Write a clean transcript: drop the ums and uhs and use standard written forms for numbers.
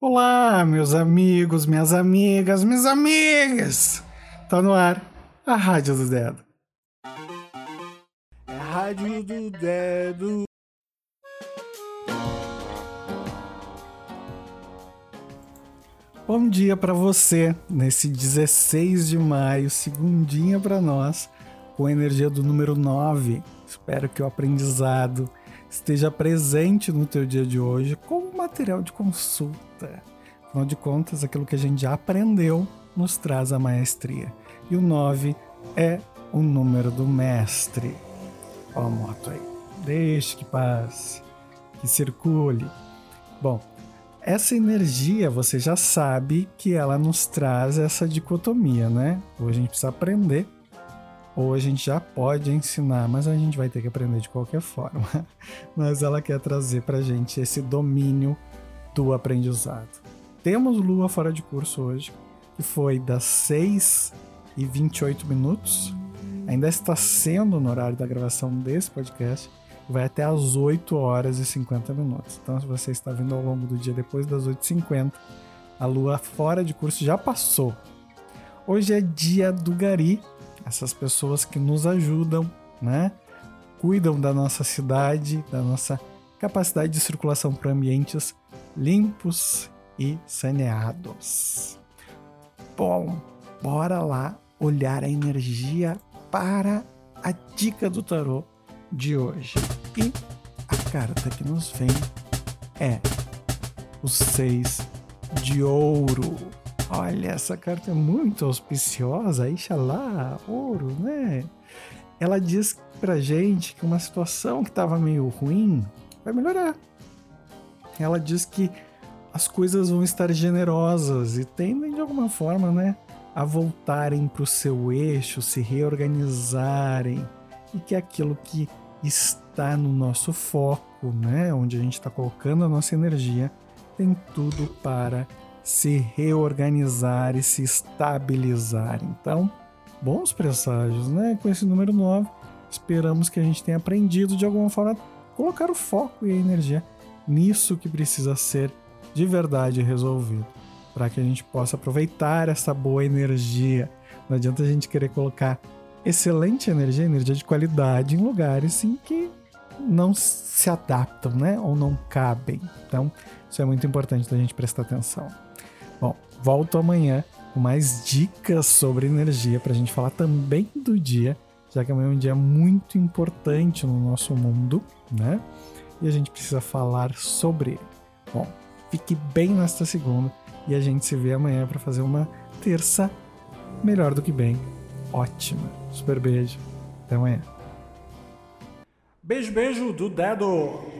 Olá, meus amigos, minhas amigas, minhas amigas! Tá no ar a Rádio do Dedo. É a Rádio do Dedo. Bom dia pra você, nesse 16 de maio, segundinha pra nós, com a energia do número 9. Espero que o aprendizado esteja presente no teu dia de hoje como material de consulta. Afinal de contas, aquilo que a gente já aprendeu nos traz a maestria. E o 9 é o número do mestre. Ó a moto aí. Deixe que passe, que circule. Bom, essa energia, você já sabe que ela nos traz essa dicotomia, né? Ou a gente precisa aprender, ou a gente já pode ensinar, mas a gente vai ter que aprender de qualquer forma. Mas ela quer trazer pra gente esse domínio do aprendizado. Temos Lua fora de curso hoje, que foi das 6h28. Ainda está sendo no horário da gravação desse podcast, vai até às 8h50. Então, se você está vindo ao longo do dia depois das 8h50, a Lua fora de curso já passou. Hoje é dia do Gari, essas pessoas que nos ajudam, né? Cuidam da nossa cidade, da nossa capacidade de circulação para ambientes limpos e saneados. Bom, bora lá olhar a energia para a dica do tarô de hoje. E a carta que nos vem é o 6 de ouro. Olha, essa carta é muito auspiciosa, Ixalá, ouro, né? Ela diz pra gente que uma situação que estava meio ruim vai melhorar. Ela diz que as coisas vão estar generosas e tendem de alguma forma, né, a voltarem para o seu eixo, se reorganizarem, e que aquilo que está no nosso foco, né, onde a gente está colocando a nossa energia, tem tudo para se reorganizar e se estabilizar. Então, bons presságios, né? Com esse número 9, esperamos que a gente tenha aprendido de alguma forma a colocar o foco e a energia nisso que precisa ser de verdade resolvido, para que a gente possa aproveitar essa boa energia. Não adianta a gente querer colocar excelente energia de qualidade em lugares em que não se adaptam, né? Ou não cabem. Então, isso é muito importante da gente prestar atenção. Bom, volto amanhã com mais dicas sobre energia para a gente falar também do dia, já que amanhã é um dia muito importante no nosso mundo, né? E a gente precisa falar sobre ele. Bom, fique bem nesta segunda e a gente se vê amanhã para fazer uma terça melhor do que bem. Ótima. Super beijo. Até amanhã. Beijo, beijo do dedo.